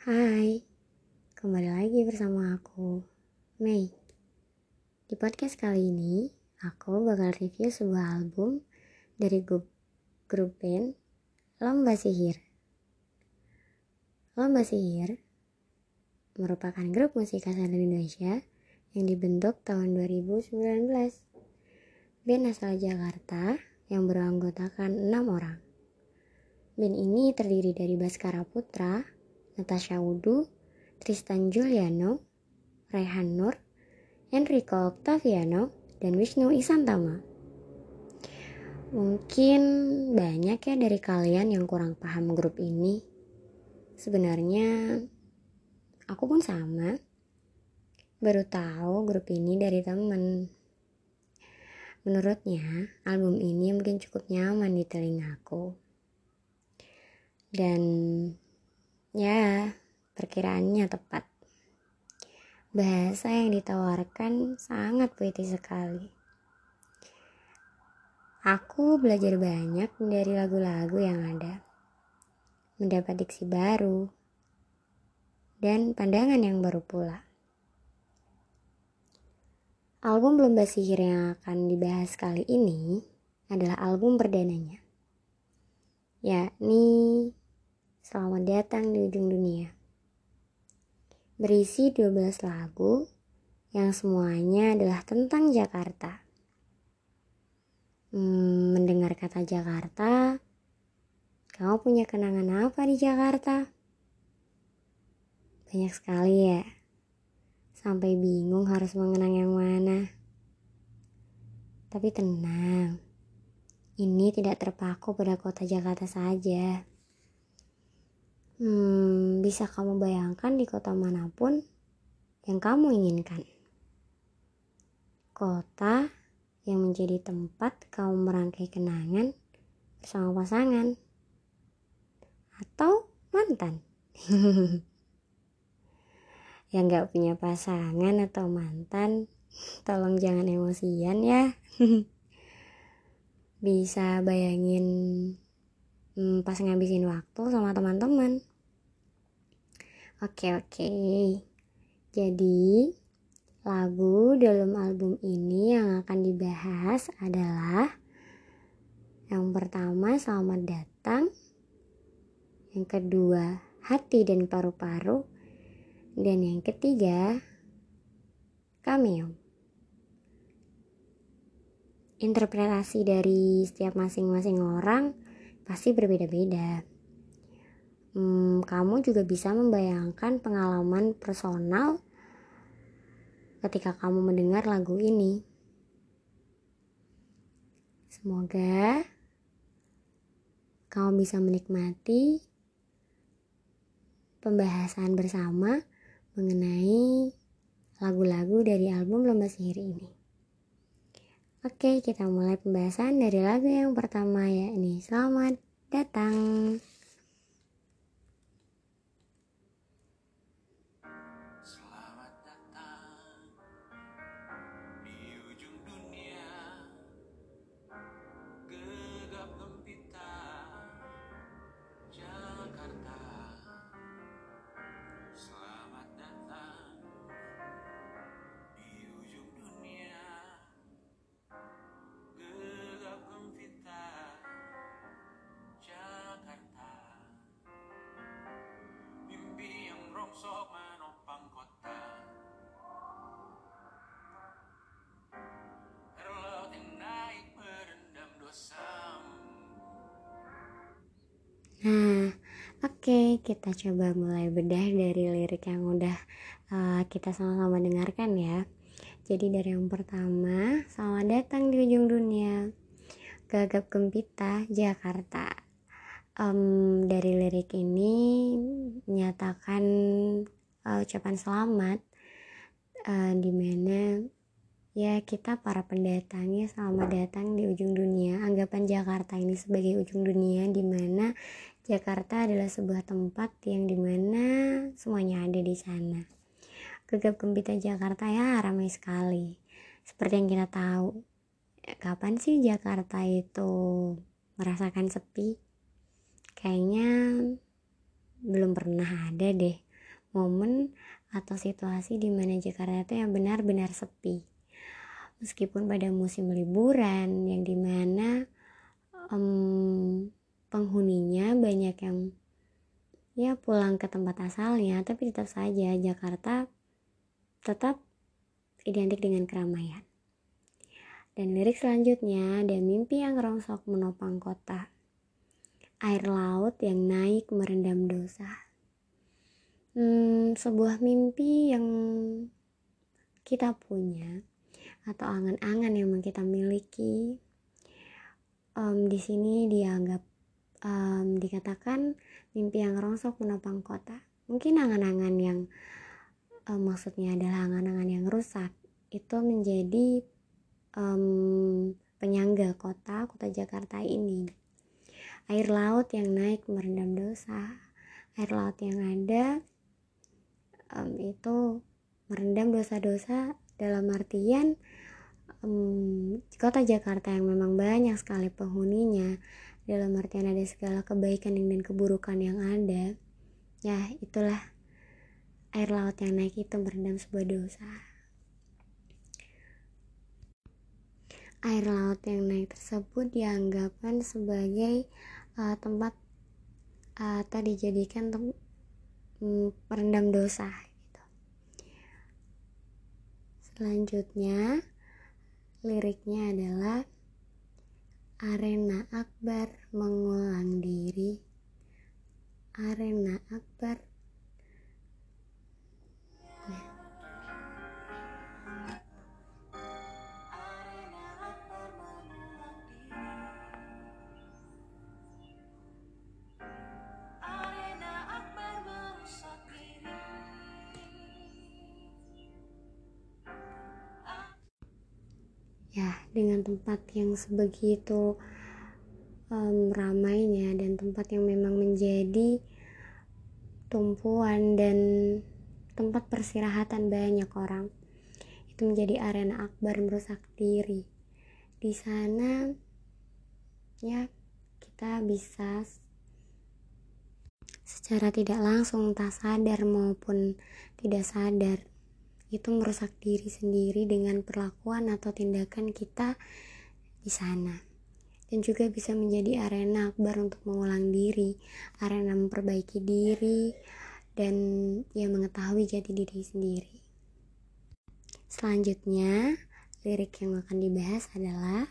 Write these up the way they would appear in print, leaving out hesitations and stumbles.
Hai, kembali lagi bersama aku, Mei. Di podcast kali ini, aku bakal review sebuah album dari grup band Lomba Sihir. Lomba Sihir merupakan grup musik asal Indonesia yang dibentuk tahun 2019. Band asal Jakarta yang beranggotakan 6 orang. Band ini terdiri dari Baskara Putra, Natasha Wudu, Tristan Juliano, Rehan Nur, Enrico Octaviano, dan Wisnu Isantama. Mungkin banyak ya dari kalian yang kurang paham grup ini. Sebenarnya aku pun sama. Baru tahu grup ini dari temen. Menurutnya album ini mungkin cukup nyaman di telingaku. Dan ya, perkiraannya tepat. Bahasa yang ditawarkan sangat puitis sekali. Aku belajar banyak dari lagu-lagu yang ada. Mendapat diksi baru. Dan pandangan yang baru pula. Album Lomba Sihir yang akan dibahas kali ini adalah album perdananya. Yakni Selamat Datang di Ujung Dunia. Berisi 12 lagu yang semuanya adalah tentang Jakarta. Mendengar kata Jakarta, kamu punya kenangan apa di Jakarta? Banyak sekali ya. Sampai bingung harus mengenang yang mana. Tapi tenang, ini tidak terpaku pada kota Jakarta saja. Bisa kamu bayangkan di kota manapun yang kamu inginkan. Kota yang menjadi tempat kamu merangkai kenangan bersama pasangan atau mantan. Yang gak punya pasangan atau mantan, tolong jangan emosian ya. Bisa bayangin pas ngabisin waktu sama teman-teman. Oke. Jadi lagu dalam album ini yang akan dibahas adalah yang pertama Selamat Datang, yang kedua Hati dan Paru-Paru, dan yang ketiga Cameo. Interpretasi dari setiap masing-masing orang pasti berbeda-beda. Kamu juga bisa membayangkan pengalaman personal ketika kamu mendengar lagu ini. Semoga kamu bisa menikmati pembahasan bersama mengenai lagu-lagu dari album Lomba Sihir ini. Oke, kita mulai pembahasan dari lagu yang pertama, yakni Selamat Datang. Selamat datang di ujung dunia, gegap gempita Jakarta. Selamat datang di ujung dunia, gegap gempita Jakarta. Mimpi yang rongsok menopang kota, laut yang naik merendam dosamu. Oke, kita coba mulai bedah dari lirik yang udah kita sama-sama dengarkan ya. Jadi dari yang pertama, Selamat Datang di Ujung Dunia, Gagap Gempita Jakarta. Dari lirik ini menyatakan ucapan selamat, dimana ya kita para pendatangnya selamat datang di ujung dunia. Anggapan Jakarta ini sebagai ujung dunia, dimana Jakarta adalah sebuah tempat yang dimana semuanya ada di sana. Gegap gempita Jakarta ya ramai sekali. Seperti yang kita tahu, kapan sih Jakarta itu merasakan sepi? Kayaknya belum pernah ada deh. momen atau situasi di mana Jakarta itu yang benar-benar sepi. Meskipun pada musim liburan yang dimana penghuninya banyak yang ya pulang ke tempat asalnya, tapi tetap saja Jakarta tetap identik dengan keramaian. Dan lirik selanjutnya ada mimpi yang rongsok menopang kota, air laut yang naik merendam dosa. Sebuah mimpi yang kita punya atau angan-angan yang kita miliki, di sini dianggap dikatakan mimpi yang rongsok menopang kota. Mungkin angan-angan yang maksudnya adalah angan-angan yang rusak itu menjadi penyangga kota Jakarta ini. Air laut yang naik merendam dosa. Air laut yang ada itu merendam dosa-dosa dalam artian kota Jakarta yang memang banyak sekali penghuninya, dalam artian ada segala kebaikan dan keburukan yang ada. Ya, itulah air laut yang naik itu merendam sebuah dosa. Air laut yang naik tersebut dianggapkan sebagai tempat atau dijadikan perendam dosa gitu. Selanjutnya liriknya adalah arena akbar mengulang diri, arena akbar. Ya, dengan tempat yang sebegitu ramainya dan tempat yang memang menjadi tumpuan dan tempat peristirahatan banyak orang, itu menjadi arena akbar merusak diri. Di sana ya kita bisa secara tidak langsung, tak sadar maupun tidak sadar, itu merusak diri sendiri dengan perlakuan atau tindakan kita di sana. Dan juga bisa menjadi arena akbar untuk mengulang diri, arena memperbaiki diri, dan ya mengetahui jati diri sendiri. Selanjutnya, lirik yang akan dibahas adalah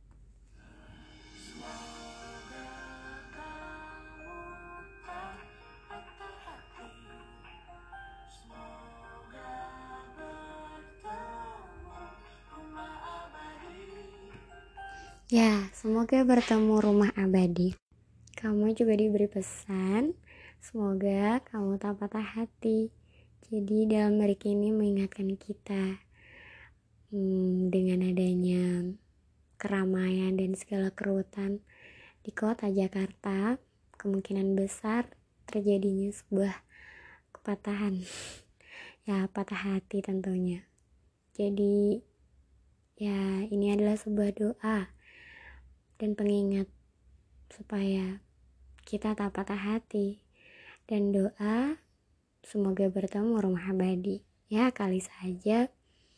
ya, semoga bertemu rumah abadi. Kamu juga diberi pesan, semoga kamu tak patah hati. Jadi dalam lirik ini mengingatkan kita dengan adanya keramaian dan segala kerutan di kota Jakarta, kemungkinan besar terjadinya sebuah kepatahan. Ya, patah hati tentunya. Jadi ya ini adalah sebuah doa dan pengingat supaya kita tak patah hati, dan doa semoga bertemu rumah abadi. Ya, kali saja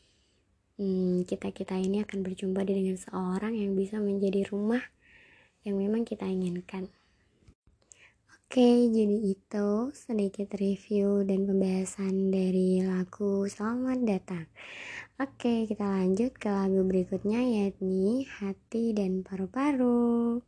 kita ini akan berjumpa dengan seorang yang bisa menjadi rumah yang memang kita inginkan. Oke, jadi itu sedikit review dan pembahasan dari lagu Selamat Datang. Oke, kita lanjut ke lagu berikutnya, yakni Hati dan Paru-Paru.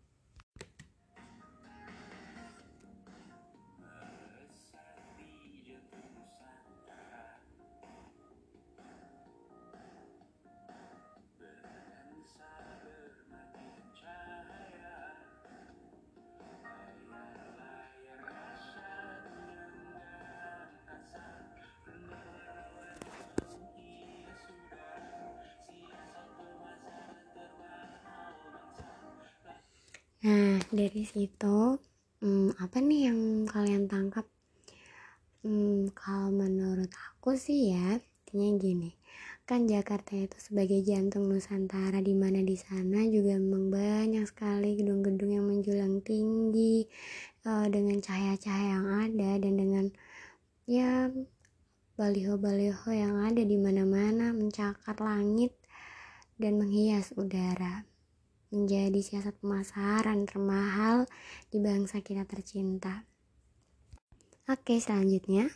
Nah, dari situ apa nih yang kalian tangkap? Kalau menurut aku sih ya, intinya gini, kan Jakarta itu sebagai jantung Nusantara, di mana di sana juga memang banyak sekali gedung-gedung yang menjulang tinggi dengan cahaya-cahaya yang ada, dan dengan ya baliho-baliho yang ada di mana-mana mencakar langit dan menghias udara, menjadi siasat pemasaran termahal di bangsa kita tercinta. Oke, selanjutnya.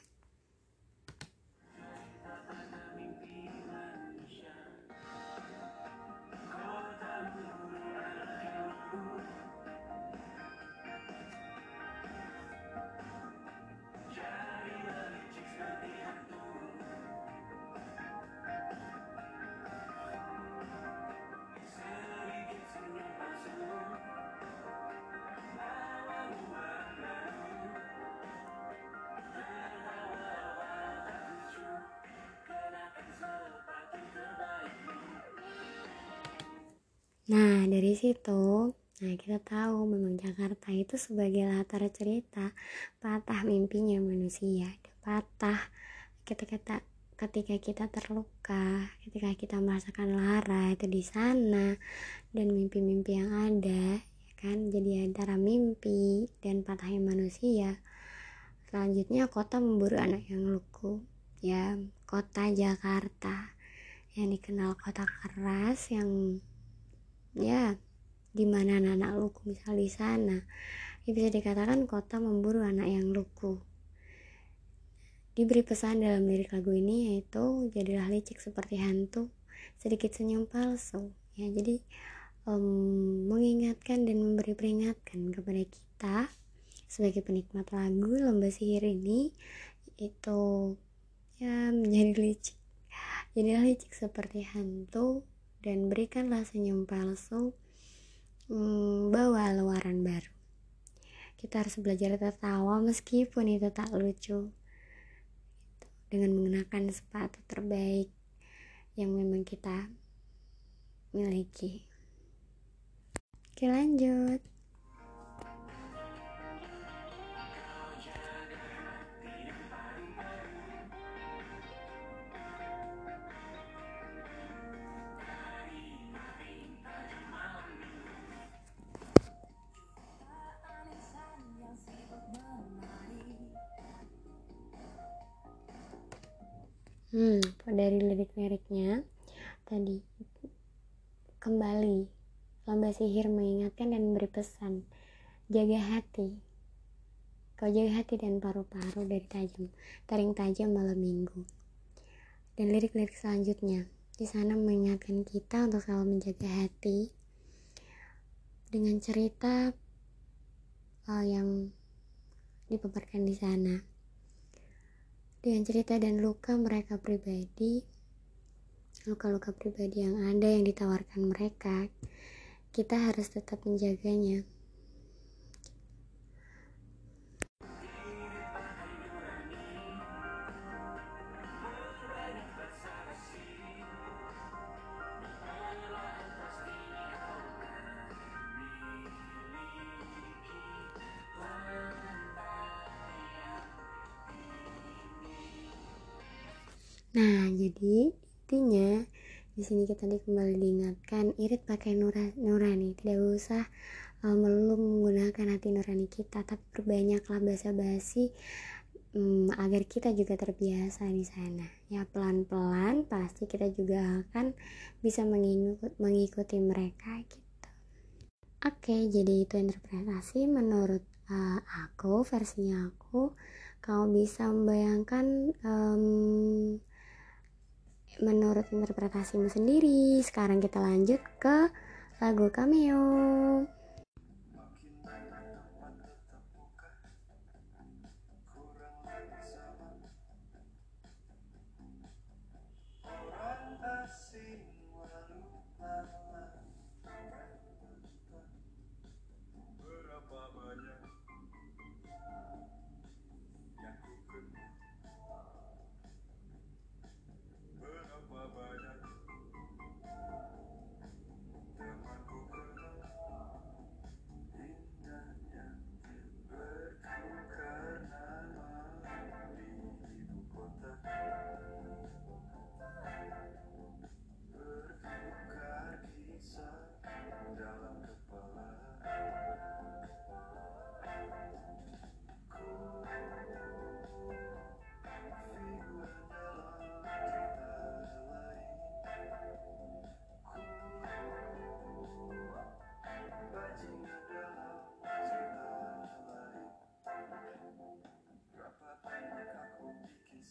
Nah, dari situ, kita tahu memang Jakarta itu sebagai latar cerita patah mimpinya manusia. Patah ketika kita terluka, ketika kita merasakan lara itu di sana, dan mimpi-mimpi yang ada, ya kan? Jadi antara mimpi dan patahnya manusia. Selanjutnya, kota memburu anak yang lugu. Ya, kota Jakarta yang dikenal kota keras, yang ya dimana anak-anak lugu misal di sana, ya bisa dikatakan kota memburu anak yang lugu. Diberi pesan dalam lirik lagu ini yaitu jadilah licik seperti hantu, sedikit senyum palsu. Ya, jadi mengingatkan dan memberi peringatan kepada kita sebagai penikmat lagu Lomba Sihir ini, itu ya menjadi licik. Jadilah licik seperti hantu dan berikanlah senyum palsu, bawa luaran baru. Kita harus belajar tertawa meskipun itu tak lucu, dengan mengenakan sepatu terbaik yang memang kita miliki. Oke, lanjut. Dari lirik-liriknya tadi, kembali Lomba Sihir mengingatkan dan memberi pesan, jaga hati, kau jaga hati dan paru-paru dari taring tajam malam minggu. Dan lirik-lirik selanjutnya di sana mengingatkan kita untuk selalu menjaga hati dengan cerita yang dipaparkan di sana, dengan cerita dan luka mereka pribadi, luka-luka pribadi yang ada yang ditawarkan mereka. Kita harus tetap menjaganya. Nah, jadi intinya di sini kita kembali diingatkan, irit pakai nurani, tidak usah melulu menggunakan hati nurani kita, tapi perbanyaklah basa-basi agar kita juga terbiasa di sana. Ya, pelan-pelan pasti kita juga akan bisa mengikuti mereka gitu. Oke, jadi itu interpretasi menurut aku, versinya aku. Kamu bisa membayangkan menurut interpretasimu sendiri. Sekarang kita lanjut ke lagu Cameo.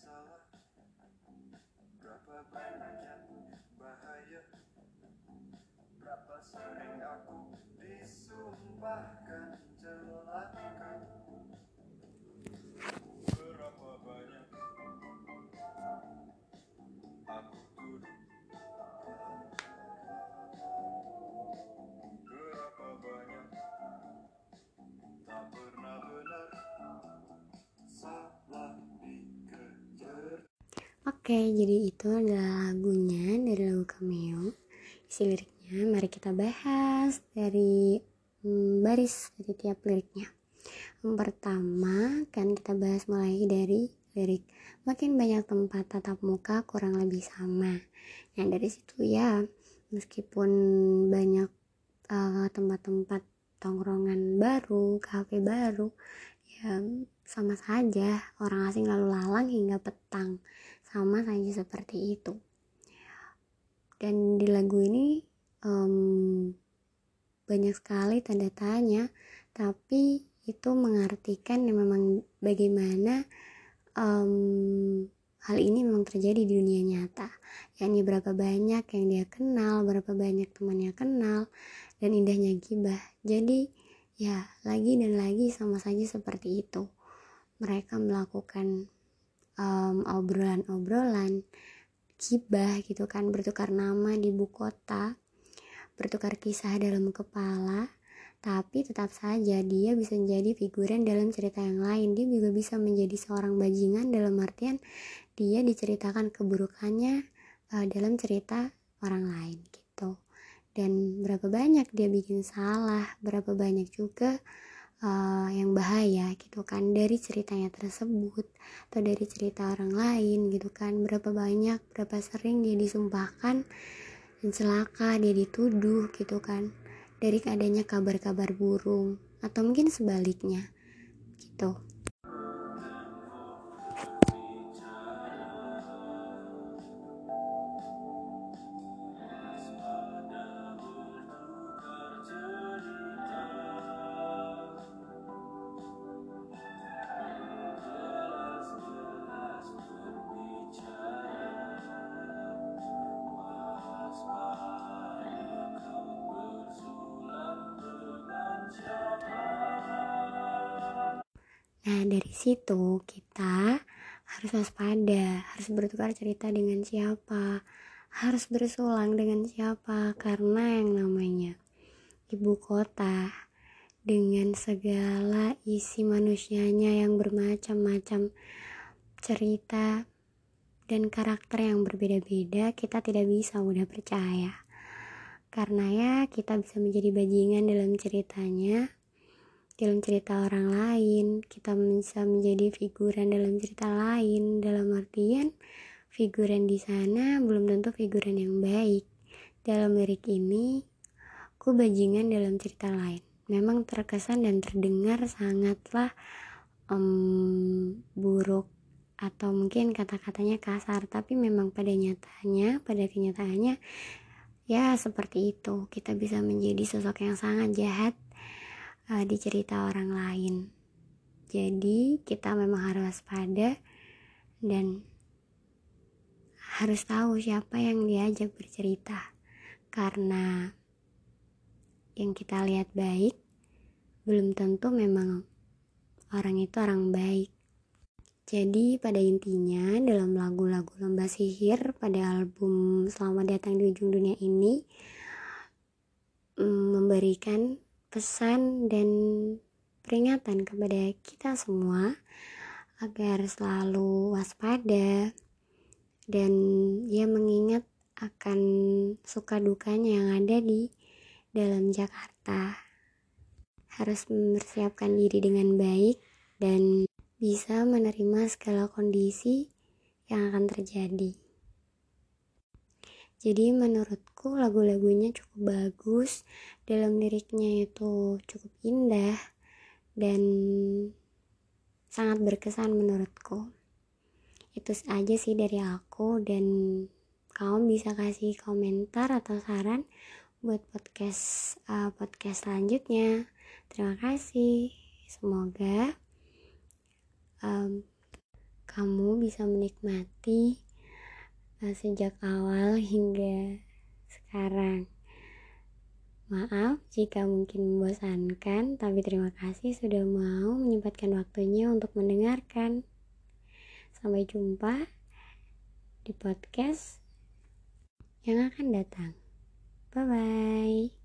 salah, berapa banyak yang bahaya, berapa sering aku disumpahkan celaka, berapa banyak aku tuduh, berapa banyak tak pernah benar, salah dikejar. Oke, jadi itu adalah lagunya dari lagu Cameo. Isi liriknya mari kita bahas dari baris dari tiap liriknya. Yang pertama kan kita bahas mulai dari lirik makin banyak tempat tatap muka kurang lebih sama. Nah dari situ ya, meskipun banyak tempat-tempat tongkrongan baru, kafe baru, ya sama saja orang asing lalu lalang hingga petang, sama saja seperti itu. Dan di lagu ini banyak sekali tanda tanya, tapi itu mengartikan memang bagaimana hal ini memang terjadi di dunia nyata, yakni berapa banyak yang dia kenal, berapa banyak temannya kenal, dan indahnya gibah. Jadi ya lagi dan lagi sama saja seperti itu. Mereka melakukan obrolan-obrolan gibah gitu kan, bertukar nama di ibu kota, bertukar kisah dalam kepala, tapi tetap saja dia bisa menjadi figuran dalam cerita yang lain. Dia juga bisa menjadi seorang bajingan dalam artian dia diceritakan keburukannya dalam cerita orang lain gitu. Dan berapa banyak dia bikin salah, berapa banyak juga yang bahaya gitu kan dari ceritanya tersebut atau dari cerita orang lain gitu kan. Berapa banyak, berapa sering dia disumpahkan dan celaka, dia dituduh gitu kan dari adanya kabar-kabar burung atau mungkin sebaliknya gitu. Nah dari situ kita harus waspada, harus bertukar cerita dengan siapa, harus bersulang dengan siapa, karena yang namanya ibu kota dengan segala isi manusianya yang bermacam-macam cerita dan karakter yang berbeda-beda, kita tidak bisa mudah percaya. Karena ya kita bisa menjadi bajingan dalam ceritanya, dalam cerita orang lain, kita bisa menjadi figuran dalam cerita lain, dalam artian figuran di sana belum tentu figuran yang baik. Dalam lirik ini, aku bajingan dalam cerita lain. Memang terkesan dan terdengar sangatlah buruk atau mungkin kata-katanya kasar, tapi memang pada kenyataannya ya seperti itu. Kita bisa menjadi sosok yang sangat jahat di cerita orang lain. Jadi kita memang harus waspada dan harus tahu siapa yang diajak bercerita, karena yang kita lihat baik belum tentu memang orang itu orang baik. Jadi pada intinya dalam lagu-lagu Lomba Sihir pada album Selamat Datang di Ujung Dunia ini memberikan pesan dan peringatan kepada kita semua agar selalu waspada dan ya mengingat akan suka dukanya yang ada di dalam Jakarta. Harus mempersiapkan diri dengan baik dan bisa menerima segala kondisi yang akan terjadi. Jadi menurutku lagu-lagunya cukup bagus, dalam liriknya itu cukup indah dan sangat berkesan menurutku. Itu aja sih dari aku, dan kamu bisa kasih komentar atau saran buat podcast selanjutnya. Terima kasih. Semoga kamu bisa menikmati sejak awal hingga sekarang. Maaf jika mungkin membosankan, tapi terima kasih sudah mau menyempatkan waktunya untuk mendengarkan. Sampai jumpa di podcast yang akan datang. Bye-bye.